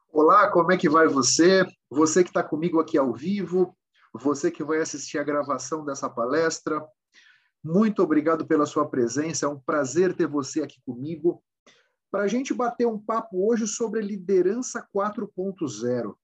Olá, como é que vai você? Você que está comigo aqui ao vivo, você que vai assistir a gravação dessa palestra, muito obrigado pela sua presença, é um prazer ter você aqui comigo para a gente bater um papo hoje sobre liderança 4.0,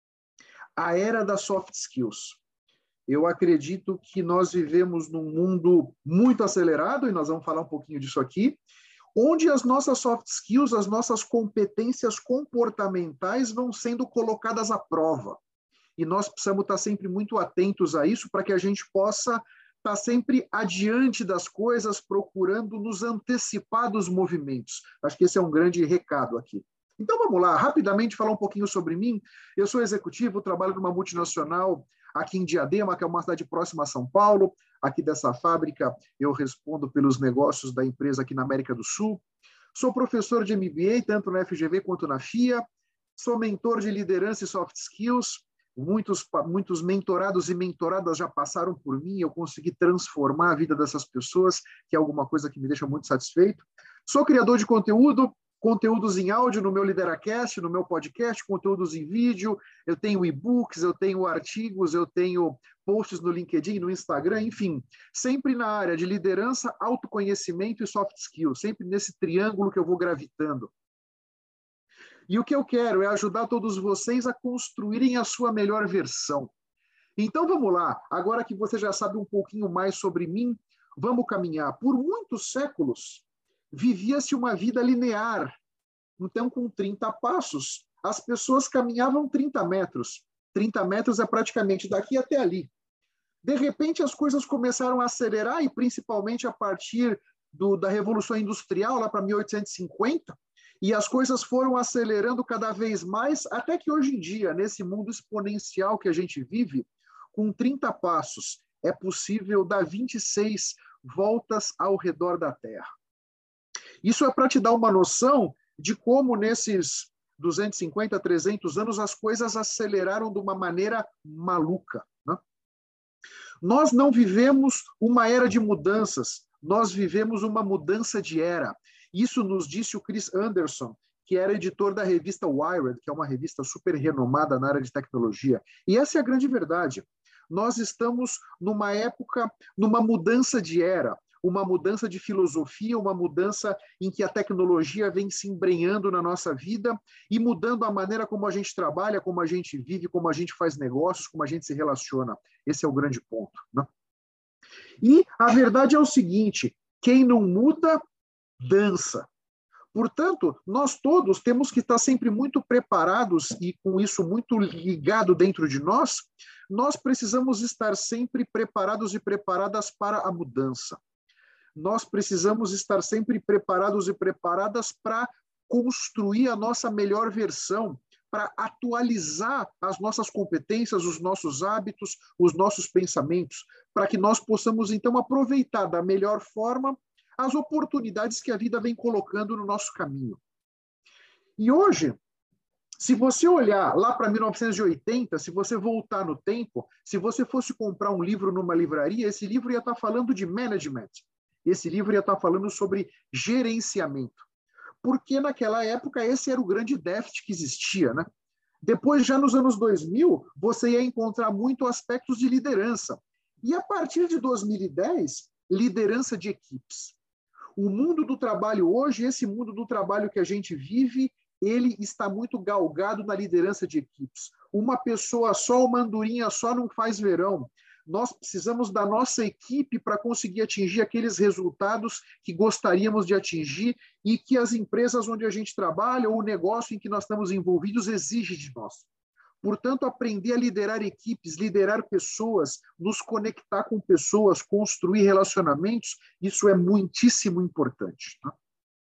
a era das soft skills. Eu acredito que nós vivemos num mundo muito acelerado, e nós vamos falar um pouquinho disso aqui, onde as nossas soft skills, as nossas competências comportamentais vão sendo colocadas à prova. E nós precisamos estar sempre muito atentos a isso para que a gente possa estar sempre adiante das coisas, procurando nos antecipar dos movimentos. Acho que esse é um grande recado aqui. Então vamos lá, rapidamente falar um pouquinho sobre mim. Eu sou executivo, trabalho numa multinacional aqui em Diadema, que é uma cidade próxima a São Paulo. Aqui dessa fábrica eu respondo pelos negócios da empresa aqui na América do Sul. Sou professor de MBA, tanto na FGV quanto na FIA. Sou mentor de liderança e soft skills. Muitos mentorados e mentoradas já passaram por mim, eu consegui transformar a vida dessas pessoas, que é alguma coisa que me deixa muito satisfeito. Sou criador de conteúdos em áudio no meu Lideracast, no meu podcast, conteúdos em vídeo, eu tenho e-books, eu tenho artigos, eu tenho posts no LinkedIn, no Instagram, enfim, sempre na área de liderança, autoconhecimento e soft skills, sempre nesse triângulo que eu vou gravitando. E o que eu quero é ajudar todos vocês a construírem a sua melhor versão. Então vamos lá, agora que você já sabe um pouquinho mais sobre mim, vamos caminhar. Por muitos séculos, vivia-se uma vida linear. Então, com 30 passos, as pessoas caminhavam 30 metros. 30 metros é praticamente daqui até ali. De repente, as coisas começaram a acelerar, e principalmente a partir da Revolução Industrial, lá para 1850, e as coisas foram acelerando cada vez mais, até que hoje em dia, nesse mundo exponencial que a gente vive, com 30 passos, é possível dar 26 voltas ao redor da Terra. Isso é para te dar uma noção de como nesses 250, 300 anos as coisas aceleraram de uma maneira maluca, né? Nós não vivemos uma era de mudanças, nós vivemos uma mudança de era. Isso nos disse o Chris Anderson, que era editor da revista Wired, que é uma revista super renomada na área de tecnologia. E essa é a grande verdade. Nós estamos numa época, numa mudança de era, uma mudança de filosofia, uma mudança em que a tecnologia vem se embrenhando na nossa vida e mudando a maneira como a gente trabalha, como a gente vive, como a gente faz negócios, como a gente se relaciona. Esse é o grande ponto, né? E a verdade é o seguinte, quem não muda, dança. Portanto, nós todos temos que estar sempre muito preparados e com isso muito ligado dentro de nós, nós precisamos estar sempre preparados e preparadas para a mudança. Nós precisamos estar sempre preparados e preparadas para construir a nossa melhor versão, para atualizar as nossas competências, os nossos hábitos, os nossos pensamentos, para que nós possamos, então, aproveitar da melhor forma as oportunidades que a vida vem colocando no nosso caminho. E hoje, se você olhar lá para 1980, se você voltar no tempo, se você fosse comprar um livro numa livraria, esse livro ia estar falando de management. Esse livro ia estar falando sobre gerenciamento. Porque naquela época esse era o grande déficit que existia, né? Depois, já nos anos 2000, você ia encontrar muito aspectos de liderança. E a partir de 2010, liderança de equipes. O mundo do trabalho hoje, esse mundo do trabalho que a gente vive, ele está muito galgado na liderança de equipes. Uma pessoa só, uma andorinha só não faz verão. Nós precisamos da nossa equipe para conseguir atingir aqueles resultados que gostaríamos de atingir e que as empresas onde a gente trabalha ou o negócio em que nós estamos envolvidos exige de nós. Portanto, aprender a liderar equipes, liderar pessoas, nos conectar com pessoas, construir relacionamentos, isso é muitíssimo importante, tá?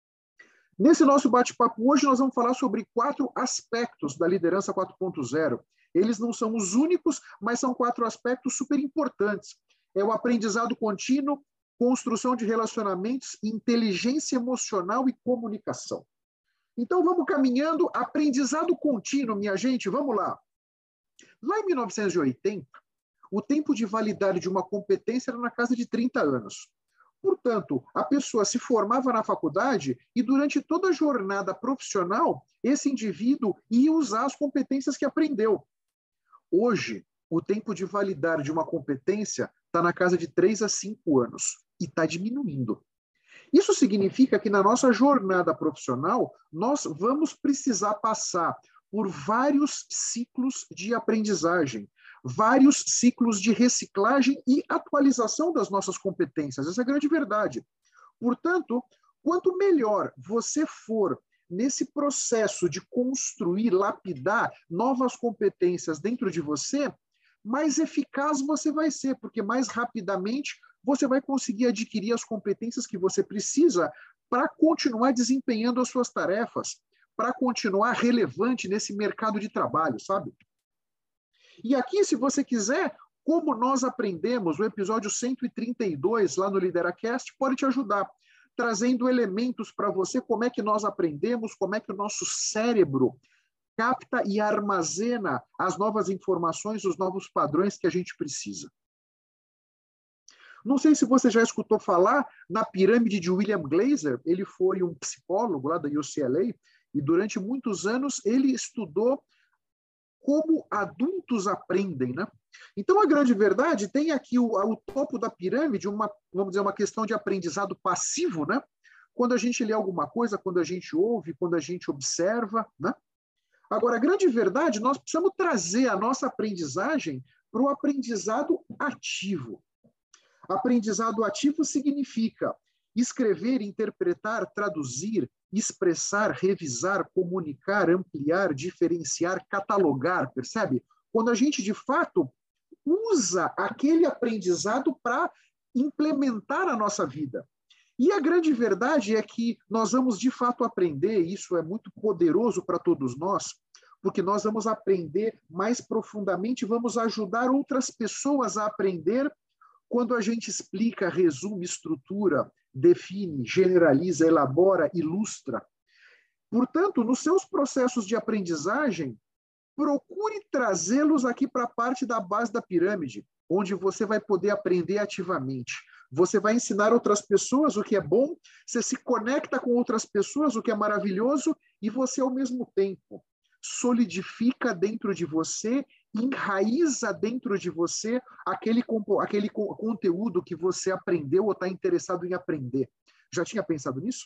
Nesse nosso bate-papo hoje, nós vamos falar sobre 4 aspectos da liderança 4.0. Eles não são os únicos, mas são 4 aspectos super importantes. É o aprendizado contínuo, construção de relacionamentos, inteligência emocional e comunicação. Então, vamos caminhando. Aprendizado contínuo, minha gente, vamos lá. Lá em 1980, o tempo de validade de uma competência era na casa de 30 anos. Portanto, a pessoa se formava na faculdade e durante toda a jornada profissional, esse indivíduo ia usar as competências que aprendeu. Hoje, o tempo de validar de uma competência está na casa de 3 a 5 anos e está diminuindo. Isso significa que na nossa jornada profissional, nós vamos precisar passar por vários ciclos de aprendizagem, vários ciclos de reciclagem e atualização das nossas competências. Essa é a grande verdade. Portanto, quanto melhor você for nesse processo de construir, lapidar novas competências dentro de você, mais eficaz você vai ser, porque mais rapidamente você vai conseguir adquirir as competências que você precisa para continuar desempenhando as suas tarefas, para continuar relevante nesse mercado de trabalho, sabe? E aqui, se você quiser, como nós aprendemos, o episódio 132 lá no LideraCast pode te ajudar, trazendo elementos para você, como é que nós aprendemos, como é que o nosso cérebro capta e armazena as novas informações, os novos padrões que a gente precisa. Não sei se você já escutou falar na pirâmide de William Glaser. Ele foi um psicólogo lá da UCLA e durante muitos anos ele estudou como adultos aprendem, né? Então, a grande verdade, tem aqui o topo da pirâmide, vamos dizer, uma questão de aprendizado passivo, né? Quando a gente lê alguma coisa, quando a gente ouve, quando a gente observa, né? Agora, a grande verdade, nós precisamos trazer a nossa aprendizagem para o aprendizado ativo. Aprendizado ativo significa escrever, interpretar, traduzir, expressar, revisar, comunicar, ampliar, diferenciar, catalogar, percebe? Quando a gente, de fato, usa aquele aprendizado para implementar a nossa vida. E a grande verdade é que nós vamos, de fato, aprender, e isso é muito poderoso para todos nós, porque nós vamos aprender mais profundamente, vamos ajudar outras pessoas a aprender quando a gente explica, resume, estrutura, define, generaliza, elabora, ilustra. Portanto, nos seus processos de aprendizagem, procure trazê-los aqui para a parte da base da pirâmide, onde você vai poder aprender ativamente. Você vai ensinar outras pessoas o que é bom, você se conecta com outras pessoas, o que é maravilhoso, e você, ao mesmo tempo, solidifica dentro de você, enraiza dentro de você aquele conteúdo que você aprendeu ou está interessado em aprender. Já tinha pensado nisso?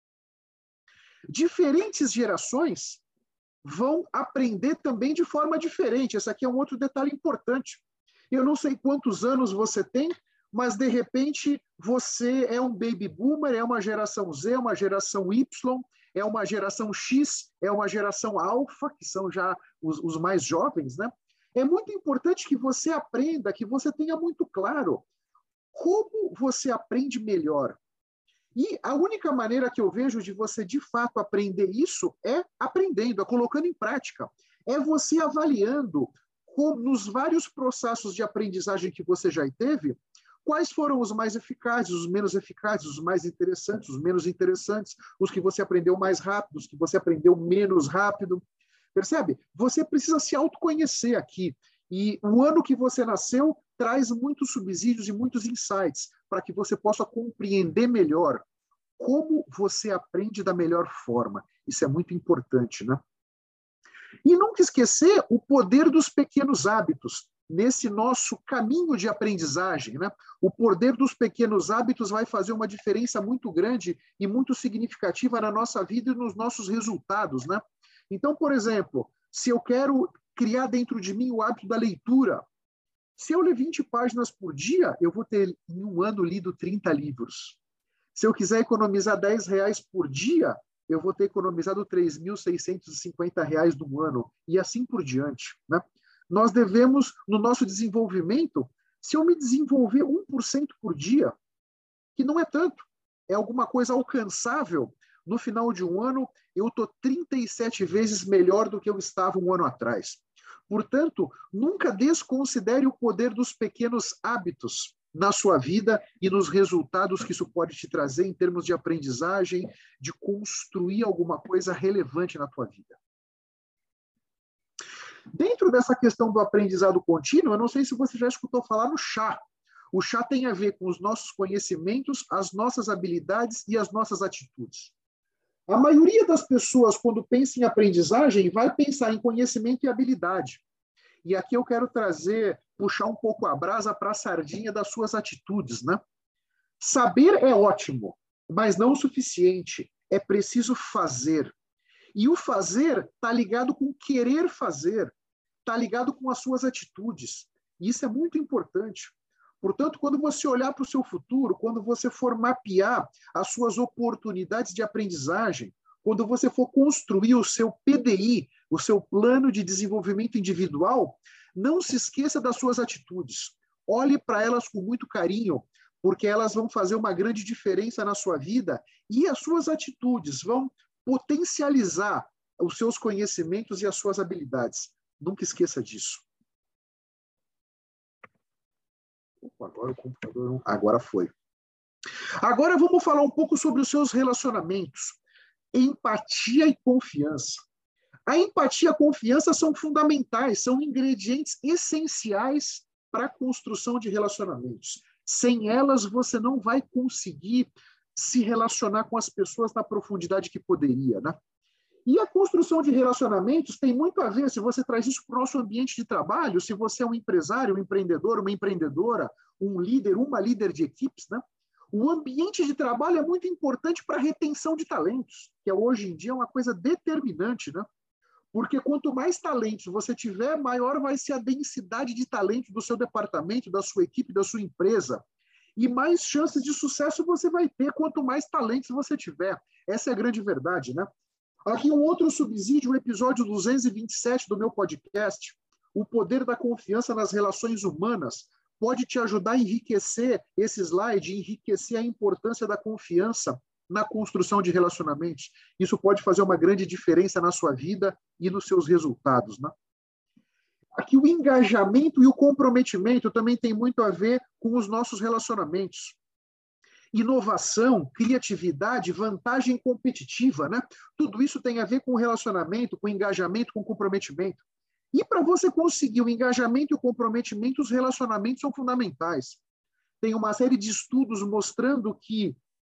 Diferentes gerações vão aprender também de forma diferente. Esse aqui é um outro detalhe importante. Eu não sei quantos anos você tem, mas, de repente, você é um baby boomer, é uma geração Z, uma geração Y, é uma geração X, é uma geração alfa, que são já os mais jovens, né? É muito importante que você aprenda, que você tenha muito claro como você aprende melhor. E a única maneira que eu vejo de você, de fato, aprender isso é aprendendo, é colocando em prática. É você avaliando, nos vários processos de aprendizagem que você já teve, quais foram os mais eficazes, os menos eficazes, os mais interessantes, os menos interessantes, os que você aprendeu mais rápido, os que você aprendeu menos rápido. Percebe? Você precisa se autoconhecer aqui. E o ano que você nasceu traz muitos subsídios e muitos insights para que você possa compreender melhor como você aprende da melhor forma. Isso é muito importante, né? E nunca esquecer o poder dos pequenos hábitos nesse nosso caminho de aprendizagem, né? O poder dos pequenos hábitos vai fazer uma diferença muito grande e muito significativa na nossa vida e nos nossos resultados, né? Então, por exemplo, se eu quero criar dentro de mim o hábito da leitura, se eu ler 20 páginas por dia, eu vou ter, em um ano, lido 30 livros. Se eu quiser economizar R$10 por dia, eu vou ter economizado R$3.650 no ano, e assim por diante, né? Nós devemos, no nosso desenvolvimento, se eu me desenvolver 1% por dia, que não é tanto, é alguma coisa alcançável, no final de um ano, eu estou 37 vezes melhor do que eu estava um ano atrás. Portanto, nunca desconsidere o poder dos pequenos hábitos na sua vida e nos resultados que isso pode te trazer em termos de aprendizagem, de construir alguma coisa relevante na tua vida. Dentro dessa questão do aprendizado contínuo, eu não sei se você já escutou falar no chá. O chá tem a ver com os nossos conhecimentos, as nossas habilidades e as nossas atitudes. A maioria das pessoas, quando pensa em aprendizagem, vai pensar em conhecimento e habilidade. E aqui eu quero puxar um pouco a brasa para a sardinha das suas atitudes, né? Saber é ótimo, mas não o suficiente. É preciso fazer. E o fazer está ligado com querer fazer, está ligado com as suas atitudes. E isso é muito importante. Portanto, quando você olhar para o seu futuro, quando você for mapear as suas oportunidades de aprendizagem, quando você for construir o seu PDI, o seu plano de desenvolvimento individual, não se esqueça das suas atitudes. Olhe para elas com muito carinho, porque elas vão fazer uma grande diferença na sua vida e as suas atitudes vão potencializar os seus conhecimentos e as suas habilidades. Nunca esqueça disso. Agora o computador... Agora foi. Agora vamos falar um pouco sobre os seus relacionamentos. Empatia e confiança. A empatia e a confiança são fundamentais, são ingredientes essenciais para a construção de relacionamentos. Sem elas, você não vai conseguir se relacionar com as pessoas na profundidade que poderia, né? E a construção de relacionamentos tem muito a ver, se você traz isso para o nosso ambiente de trabalho, se você é um empresário, um empreendedor, uma empreendedora, um líder, uma líder de equipes, né? O ambiente de trabalho é muito importante para a retenção de talentos, que hoje em dia é uma coisa determinante, né? Porque quanto mais talentos você tiver, maior vai ser a densidade de talentos do seu departamento, da sua equipe, da sua empresa. E mais chances de sucesso você vai ter quanto mais talentos você tiver. Essa é a grande verdade, né? Aqui um outro subsídio, o episódio 227 do meu podcast, O Poder da Confiança nas Relações Humanas, pode te ajudar a enriquecer esse slide, enriquecer a importância da confiança na construção de relacionamentos. Isso pode fazer uma grande diferença na sua vida e nos seus resultados, né? Aqui o engajamento e o comprometimento também tem muito a ver com os nossos relacionamentos. Inovação, criatividade, vantagem competitiva, né? Tudo isso tem a ver com relacionamento, com engajamento, com comprometimento. E para você conseguir o engajamento e o comprometimento, os relacionamentos são fundamentais. Tem uma série de estudos mostrando que,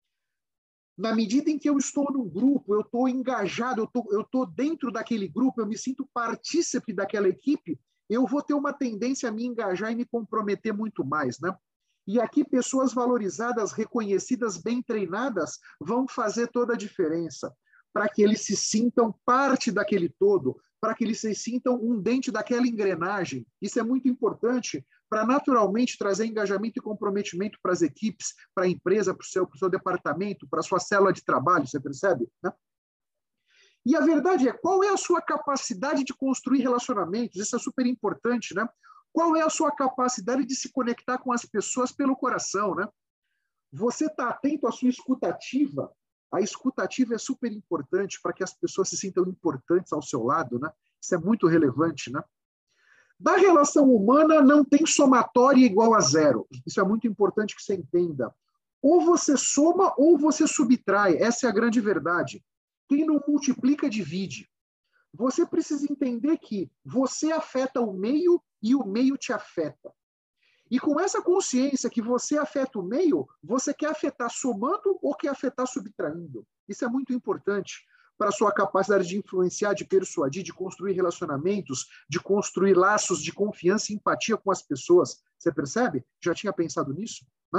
na medida em que eu estou num grupo, eu estou engajado, eu estou dentro daquele grupo, eu me sinto partícipe daquela equipe, eu vou ter uma tendência a me engajar e me comprometer muito mais, né? E aqui pessoas valorizadas, reconhecidas, bem treinadas, vão fazer toda a diferença para que eles se sintam parte daquele todo, para que eles se sintam um dente daquela engrenagem. Isso é muito importante para naturalmente trazer engajamento e comprometimento para as equipes, para a empresa, para o seu departamento, para a sua célula de trabalho, você percebe? Né? E a verdade é, qual é a sua capacidade de construir relacionamentos? Isso é super importante, né? Qual é a sua capacidade de se conectar com as pessoas pelo coração, né? Você está atento à sua escutativa? A escutativa é super importante para que as pessoas se sintam importantes ao seu lado, né? Isso é muito relevante, né? Da relação humana não tem somatória igual a zero. Isso é muito importante que você entenda. Ou você soma ou você subtrai. Essa é a grande verdade. Quem não multiplica, divide. Você precisa entender que você afeta o meio e o meio te afeta. E com essa consciência que você afeta o meio, você quer afetar somando ou quer afetar subtraindo. Isso é muito importante para a sua capacidade de influenciar, de persuadir, de construir relacionamentos, de construir laços de confiança e empatia com as pessoas. Você percebe? Já tinha pensado nisso? Né?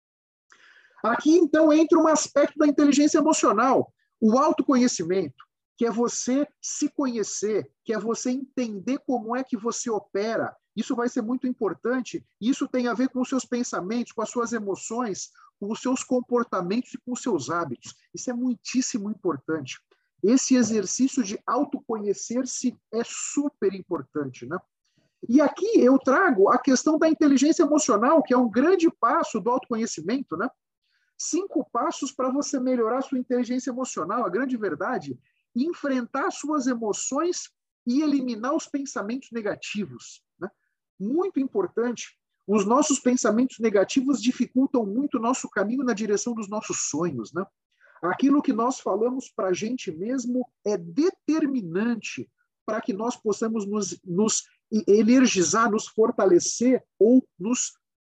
Aqui, então, entra um aspecto da inteligência emocional, o autoconhecimento, que é você se conhecer, que é você entender como é que você opera. Isso vai ser muito importante. Isso tem a ver com os seus pensamentos, com as suas emoções, com os seus comportamentos e com os seus hábitos. Isso é muitíssimo importante. Esse exercício de autoconhecer-se é super importante, né? E aqui eu trago a questão da inteligência emocional, que é um grande passo do autoconhecimento, né? 5 passos para você melhorar a sua inteligência emocional. A grande verdade, enfrentar suas emoções e eliminar os pensamentos negativos, né? Muito importante. Os nossos pensamentos negativos dificultam muito o nosso caminho na direção dos nossos sonhos, né? Aquilo que nós falamos para a gente mesmo é determinante para que nós possamos nos energizar, nos fortalecer ou nos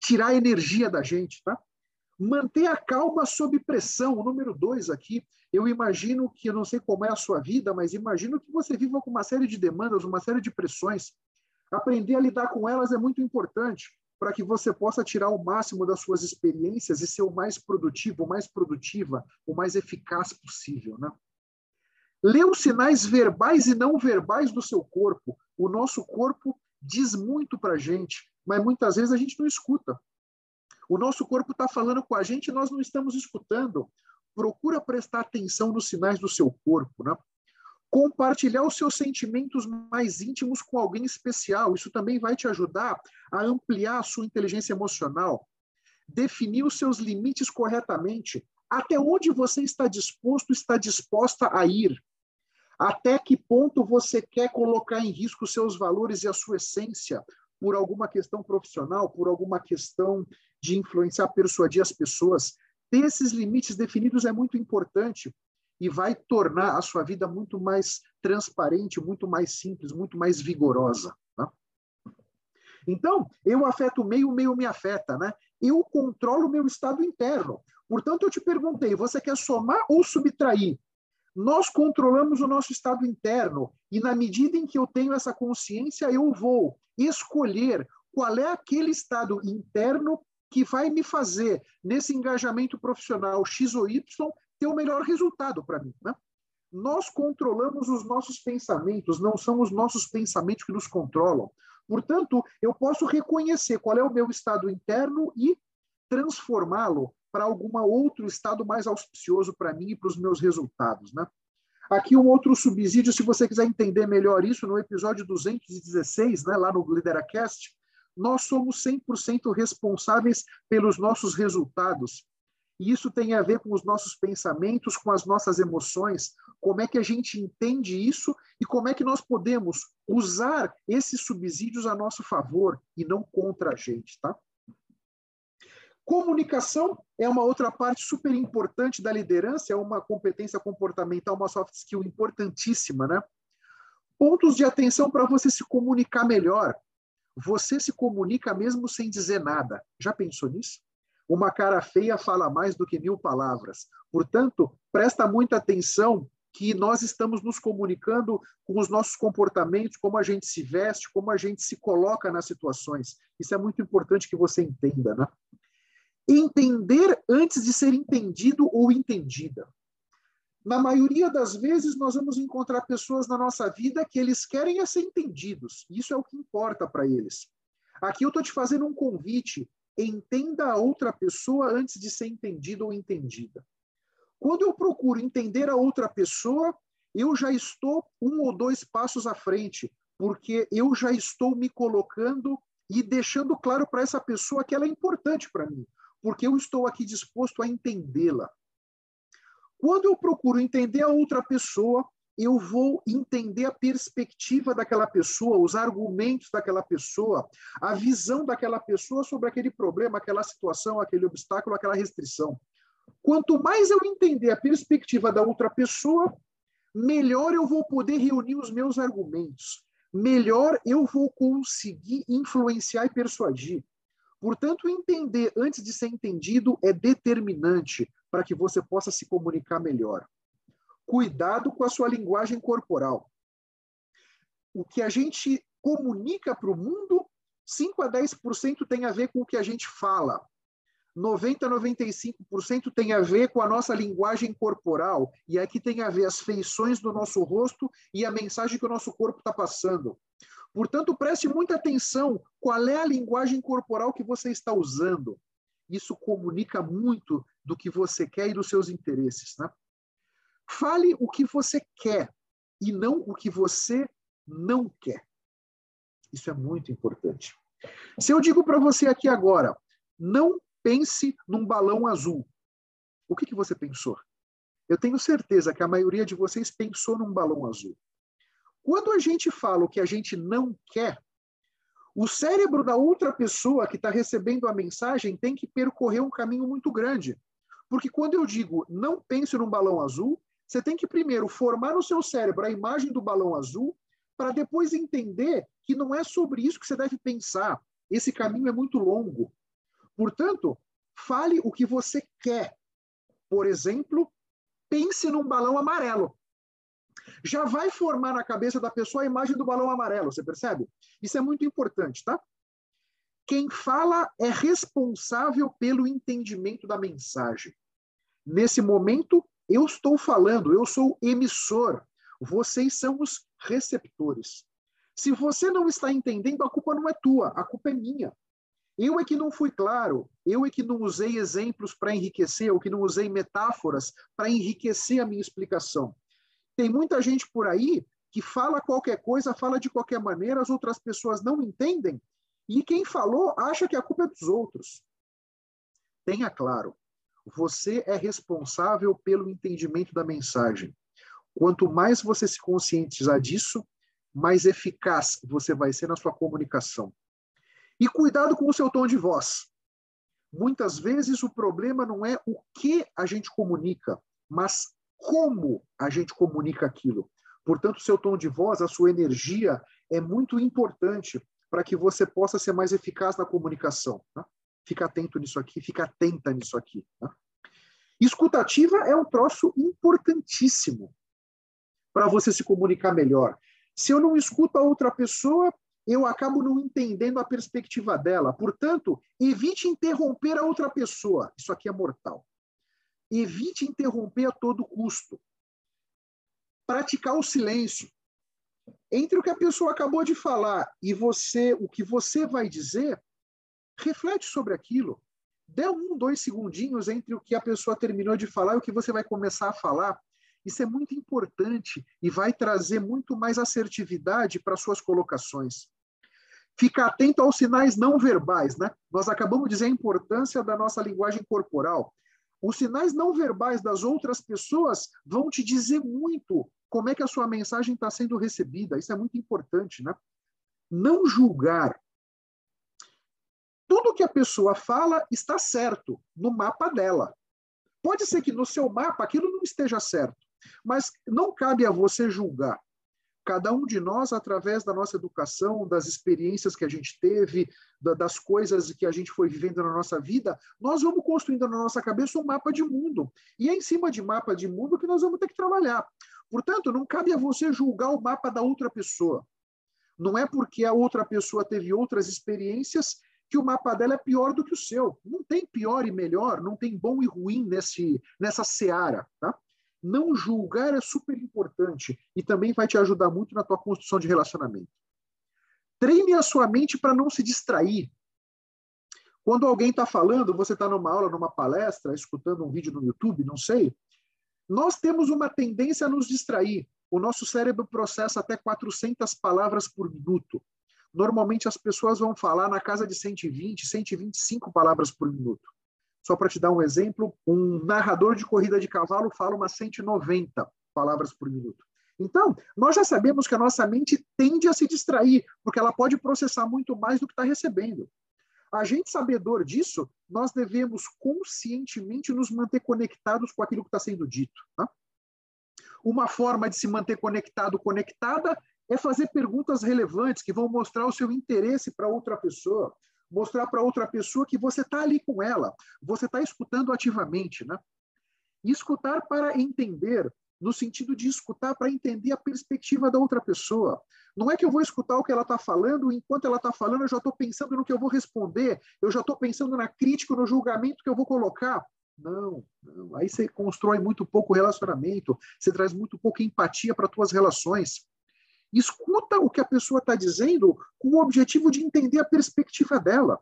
tirar a energia da gente, tá? Manter a calma sob pressão. O número 2 aqui, eu imagino que, eu não sei como é a sua vida, mas imagino que você viva com uma série de demandas, uma série de pressões. Aprender a lidar com elas é muito importante para que você possa tirar o máximo das suas experiências e ser o mais produtivo, o mais produtiva, o mais eficaz possível, né? Lê os sinais verbais e não verbais do seu corpo. O nosso corpo diz muito para a gente, mas muitas vezes a gente não escuta. O nosso corpo está falando com a gente e nós não estamos escutando. Procura prestar atenção nos sinais do seu corpo, né? Compartilhar os seus sentimentos mais íntimos com alguém especial. Isso também vai te ajudar a ampliar a sua inteligência emocional. Definir os seus limites corretamente. Até onde você está disposto, está disposta a ir? Até que ponto você quer colocar em risco os seus valores e a sua essência por alguma questão profissional, por alguma questão de influenciar, persuadir as pessoas? Ter esses limites definidos é muito importante e vai tornar a sua vida muito mais transparente, muito mais simples, muito mais vigorosa. Né? Então, eu afeto o meio me afeta, né? Eu controlo o meu estado interno. Portanto, eu te perguntei, você quer somar ou subtrair? Nós controlamos o nosso estado interno e, na medida em que eu tenho essa consciência, eu vou escolher qual é aquele estado interno que vai me fazer, nesse engajamento profissional X ou Y, ter o melhor resultado para mim. Né? Nós controlamos os nossos pensamentos, não são os nossos pensamentos que nos controlam. Portanto, eu posso reconhecer qual é o meu estado interno e transformá-lo para algum outro estado mais auspicioso para mim e para os meus resultados. Né? Aqui um outro subsídio, se você quiser entender melhor isso, no episódio 216, né, lá no Lideracast, nós somos 100% responsáveis pelos nossos resultados. E isso tem a ver com os nossos pensamentos, com as nossas emoções, como é que a gente entende isso e como é que nós podemos usar esses subsídios a nosso favor e não contra a gente, tá? Comunicação é uma outra parte super importante da liderança, é uma competência comportamental, uma soft skill importantíssima, né? Pontos de atenção para você se comunicar melhor. Você se comunica mesmo sem dizer nada. Já pensou nisso? Uma cara feia fala mais do que 1000 palavras. Portanto, presta muita atenção que nós estamos nos comunicando com os nossos comportamentos, como a gente se veste, como a gente se coloca nas situações. Isso é muito importante que você entenda, né? Entender antes de ser entendido ou entendida. Na maioria das vezes, nós vamos encontrar pessoas na nossa vida que eles querem ser entendidos. Isso é o que importa para eles. Aqui eu estou te fazendo um convite. Entenda a outra pessoa antes de ser entendido ou entendida. Quando eu procuro entender a outra pessoa, eu já estou 1 ou 2 passos à frente, porque eu já estou me colocando e deixando claro para essa pessoa que ela é importante para mim, porque eu estou aqui disposto a entendê-la. Quando eu procuro entender a outra pessoa, eu vou entender a perspectiva daquela pessoa, os argumentos daquela pessoa, a visão daquela pessoa sobre aquele problema, aquela situação, aquele obstáculo, aquela restrição. Quanto mais eu entender a perspectiva da outra pessoa, melhor eu vou poder reunir os meus argumentos, melhor eu vou conseguir influenciar e persuadir. Portanto, entender antes de ser entendido é determinante para que você possa se comunicar melhor. Cuidado com a sua linguagem corporal. O que a gente comunica para o mundo, 5 a 10% tem a ver com o que a gente fala. 90 a 95% tem a ver com a nossa linguagem corporal. E aqui tem a ver as feições do nosso rosto e a mensagem que o nosso corpo está passando. Portanto, preste muita atenção qual é a linguagem corporal que você está usando. Isso comunica muito do que você quer e dos seus interesses, né? Fale o que você quer e não o que você não quer. Isso é muito importante. Se eu digo para você aqui agora, não pense num balão azul, o que você pensou? Eu tenho certeza que a maioria de vocês pensou num balão azul. Quando a gente fala o que a gente não quer, o cérebro da outra pessoa que está recebendo a mensagem tem que percorrer um caminho muito grande. Porque quando eu digo não pense num balão azul, você tem que primeiro formar no seu cérebro a imagem do balão azul para depois entender que não é sobre isso que você deve pensar. Esse caminho é muito longo. Portanto, fale o que você quer. Por exemplo, pense num balão amarelo. Já vai formar na cabeça da pessoa a imagem do balão amarelo, você percebe? Isso é muito importante, tá? Quem fala é responsável pelo entendimento da mensagem. Nesse momento, eu estou falando, eu sou emissor, vocês são os receptores. Se você não está entendendo, a culpa não é tua, a culpa é minha. Eu é que não fui claro, eu é que não usei exemplos para enriquecer, eu que não usei metáforas para enriquecer a minha explicação. Tem muita gente por aí que fala qualquer coisa, fala de qualquer maneira, as outras pessoas não entendem, e quem falou acha que a culpa é dos outros. Tenha claro, você é responsável pelo entendimento da mensagem. Quanto mais você se conscientizar disso, mais eficaz você vai ser na sua comunicação. E cuidado com o seu tom de voz. Muitas vezes o problema não é o que a gente comunica, mas como a gente comunica aquilo. Portanto, o seu tom de voz, a sua energia é muito importante para que você possa ser mais eficaz na comunicação. Né? Fica atento nisso aqui, fica atenta nisso aqui. Né? Escutativa é um troço importantíssimo para você se comunicar melhor. Se eu não escuto a outra pessoa, eu acabo não entendendo a perspectiva dela. Portanto, evite interromper a outra pessoa. Isso aqui é mortal. Evite interromper a todo custo. Praticar o silêncio. Entre o que a pessoa acabou de falar e você, o que você vai dizer, reflete sobre aquilo. Dê 1, 2 segundinhos entre o que a pessoa terminou de falar e o que você vai começar a falar. Isso é muito importante e vai trazer muito mais assertividade para suas colocações. Ficar atento aos sinais não verbais, né? Nós acabamos de dizer a importância da nossa linguagem corporal. Os sinais não verbais das outras pessoas vão te dizer muito como é que a sua mensagem está sendo recebida. Isso é muito importante, né? Não julgar. Tudo que a pessoa fala está certo no mapa dela. Pode ser que no seu mapa aquilo não esteja certo, mas não cabe a você julgar. Cada um de nós, através da nossa educação, das experiências que a gente teve, das coisas que a gente foi vivendo na nossa vida, nós vamos construindo na nossa cabeça um mapa de mundo. E é em cima de mapa de mundo que nós vamos ter que trabalhar. Portanto, não cabe a você julgar o mapa da outra pessoa. Não é porque a outra pessoa teve outras experiências que o mapa dela é pior do que o seu. Não tem pior e melhor, não tem bom e ruim nessa seara, tá? Não julgar é super importante e também vai te ajudar muito na tua construção de relacionamento. Treine a sua mente para não se distrair. Quando alguém está falando, você está numa aula, numa palestra, escutando um vídeo no YouTube, não sei, nós temos uma tendência a nos distrair. O nosso cérebro processa até 400 palavras por minuto. Normalmente as pessoas vão falar na casa de 120, 125 palavras por minuto. Só para te dar um exemplo, um narrador de corrida de cavalo fala umas 190 palavras por minuto. Então, nós já sabemos que a nossa mente tende a se distrair, porque ela pode processar muito mais do que está recebendo. A gente, sabedor disso, nós devemos conscientemente nos manter conectados com aquilo que está sendo dito. Tá? Uma forma de se manter conectado, conectada, é fazer perguntas relevantes que vão mostrar o seu interesse para outra pessoa, mostrar para outra pessoa que você está ali com ela, você está escutando ativamente, né? E escutar para entender, no sentido de escutar para entender a perspectiva da outra pessoa. Não é que eu vou escutar o que ela está falando, enquanto ela está falando eu já estou pensando no que eu vou responder, eu já estou pensando na crítica, no julgamento que eu vou colocar. Não, não. Aí você constrói muito pouco relacionamento, você traz muito pouca empatia para as tuas relações. Escuta o que a pessoa está dizendo com o objetivo de entender a perspectiva dela.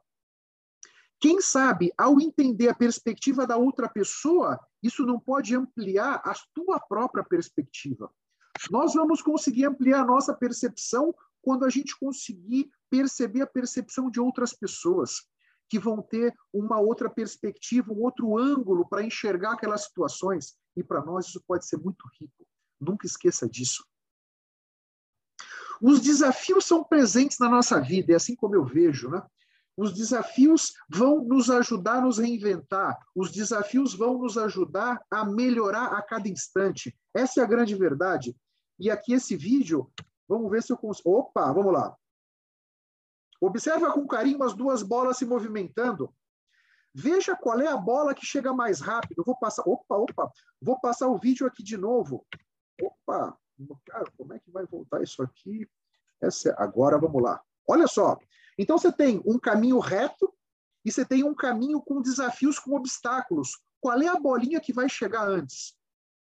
Quem sabe, ao entender a perspectiva da outra pessoa, isso não pode ampliar a tua própria perspectiva. Nós vamos conseguir ampliar a nossa percepção quando a gente conseguir perceber a percepção de outras pessoas, que vão ter uma outra perspectiva, um outro ângulo para enxergar aquelas situações. E para nós isso pode ser muito rico. Nunca esqueça disso. Os desafios são presentes na nossa vida, é assim como eu vejo, né? Os desafios vão nos ajudar a nos reinventar, os desafios vão nos ajudar a melhorar a cada instante. Essa é a grande verdade. E aqui esse vídeo, vamos ver se eu consigo... Opa, vamos lá. Observa com carinho as duas bolas se movimentando. Veja qual é a bola que chega mais rápido. Eu vou passar... Opa. Vou passar o vídeo aqui de novo. Opa. Cara, como é que vai voltar isso aqui? Agora vamos lá. Olha só. Então você tem um caminho reto e você tem um caminho com desafios, com obstáculos. Qual é a bolinha que vai chegar antes?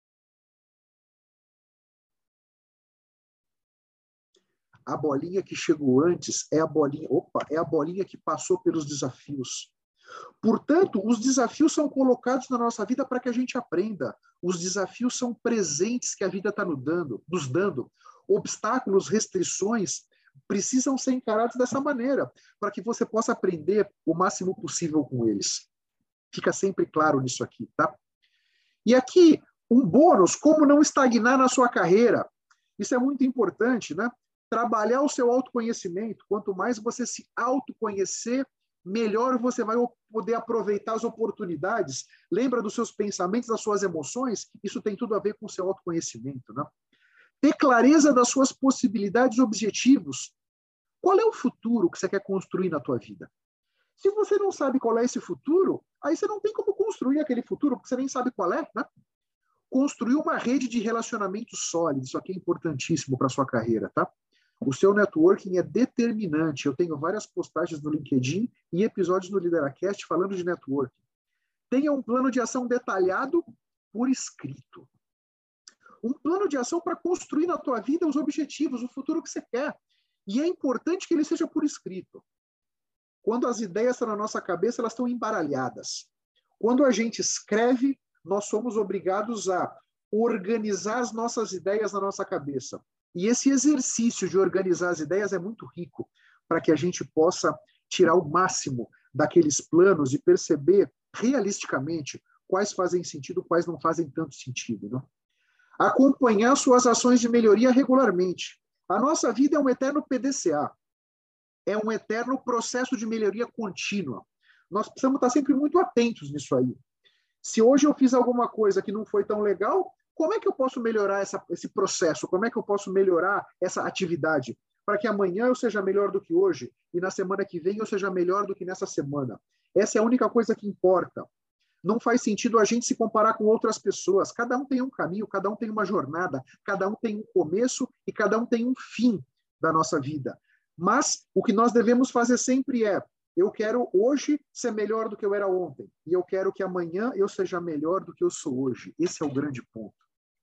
A bolinha que chegou antes é a bolinha que passou pelos desafios. Portanto, os desafios são colocados na nossa vida para que a gente aprenda. Os desafios são presentes que a vida está nos dando. Obstáculos, restrições precisam ser encarados dessa maneira, para que você possa aprender o máximo possível com eles. Fica sempre claro nisso aqui, tá? E aqui, um bônus, como não estagnar na sua carreira. Isso é muito importante, né? Trabalhar o seu autoconhecimento. Quanto mais você se autoconhecer, melhor você vai poder aproveitar as oportunidades. Lembra dos seus pensamentos, das suas emoções? Isso tem tudo a ver com o seu autoconhecimento, né? Ter clareza das suas possibilidades e objetivos. Qual é o futuro que você quer construir na tua vida? Se você não sabe qual é esse futuro, aí você não tem como construir aquele futuro, porque você nem sabe qual é, né? Construir uma rede de relacionamento sólido, isso aqui é importantíssimo para a sua carreira, tá? O seu networking é determinante. Eu tenho várias postagens no LinkedIn e episódios no Lideracast falando de networking. Tenha um plano de ação detalhado por escrito. Um plano de ação para construir na tua vida os objetivos, o futuro que você quer. E é importante que ele seja por escrito. Quando as ideias estão na nossa cabeça, elas estão embaralhadas. Quando a gente escreve, nós somos obrigados a organizar as nossas ideias na nossa cabeça. E esse exercício de organizar as ideias é muito rico para que a gente possa tirar o máximo daqueles planos e perceber realisticamente quais fazem sentido, quais não fazem tanto sentido, né? Acompanhar suas ações de melhoria regularmente. A nossa vida é um eterno PDCA, é um eterno processo de melhoria contínua. Nós precisamos estar sempre muito atentos nisso aí. Se hoje eu fiz alguma coisa que não foi tão legal, como é que eu posso melhorar esse processo? Como é que eu posso melhorar essa atividade? Para que amanhã eu seja melhor do que hoje e na semana que vem eu seja melhor do que nessa semana. Essa é a única coisa que importa. Não faz sentido a gente se comparar com outras pessoas. Cada um tem um caminho, cada um tem uma jornada, cada um tem um começo e cada um tem um fim da nossa vida. Mas o que nós devemos fazer sempre é: eu quero hoje ser melhor do que eu era ontem. E eu quero que amanhã eu seja melhor do que eu sou hoje. Esse é o grande ponto.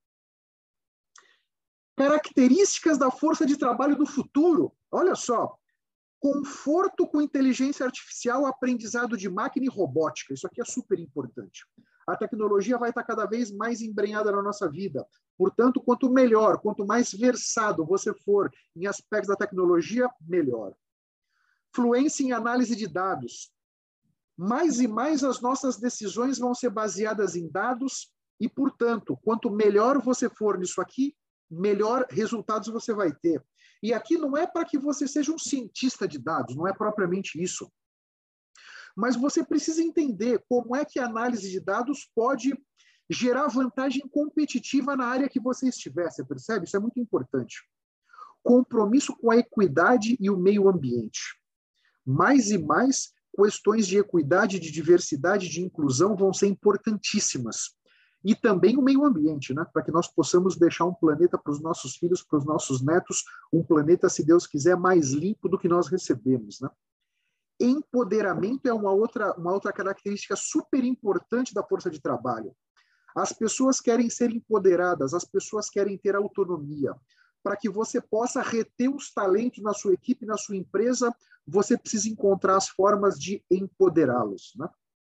Características da força de trabalho do futuro. Olha só. Conforto com inteligência artificial, aprendizado de máquina e robótica. Isso aqui é super importante. A tecnologia vai estar cada vez mais embrenhada na nossa vida. Portanto, quanto melhor, quanto mais versado você for em aspectos da tecnologia, melhor. Fluência em análise de dados. Mais e mais as nossas decisões vão ser baseadas em dados e, portanto, quanto melhor você for nisso aqui, melhor resultados você vai ter. E aqui não é para que você seja um cientista de dados, não é propriamente isso. Mas você precisa entender como é que a análise de dados pode gerar vantagem competitiva na área que você estiver, você percebe? Isso é muito importante. Compromisso com a equidade e o meio ambiente. Mais e mais, questões de equidade, de diversidade, de inclusão vão ser importantíssimas. E também o meio ambiente, né? Para que nós possamos deixar um planeta para os nossos filhos, para os nossos netos, um planeta, se Deus quiser, mais limpo do que nós recebemos, né? Empoderamento é uma outra característica super importante da força de trabalho. As pessoas querem ser empoderadas, as pessoas querem ter autonomia. Para que você possa reter os talentos na sua equipe, na sua empresa, você precisa encontrar as formas de empoderá-los, né?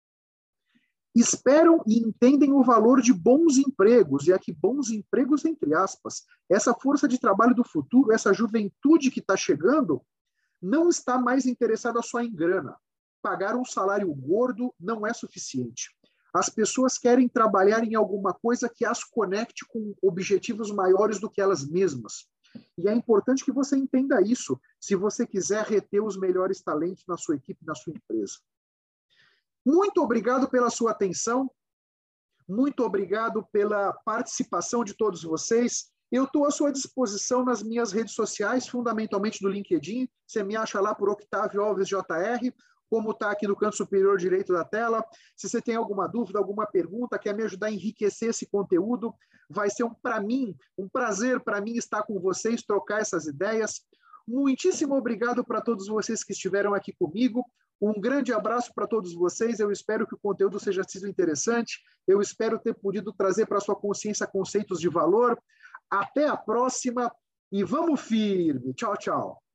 Esperam e entendem o valor de bons empregos, e aqui bons empregos entre aspas. Essa força de trabalho do futuro, essa juventude que está chegando, não está mais interessada só em grana. Pagar um salário gordo não é suficiente. As pessoas querem trabalhar em alguma coisa que as conecte com objetivos maiores do que elas mesmas. E é importante que você entenda isso, se você quiser reter os melhores talentos na sua equipe, na sua empresa. Muito obrigado pela sua atenção, muito obrigado pela participação de todos vocês. Eu estou à sua disposição nas minhas redes sociais, fundamentalmente no LinkedIn. Você me acha lá por Octávio Alves JR, como está aqui no canto superior direito da tela. Se você tem alguma dúvida, alguma pergunta, quer me ajudar a enriquecer esse conteúdo, vai ser um prazer para mim estar com vocês, trocar essas ideias. Muitíssimo obrigado para todos vocês que estiveram aqui comigo. Um grande abraço para todos vocês. Eu espero que o conteúdo seja sido interessante. Eu espero ter podido trazer para a sua consciência conceitos de valor. Até a próxima e vamos firme. Tchau, tchau.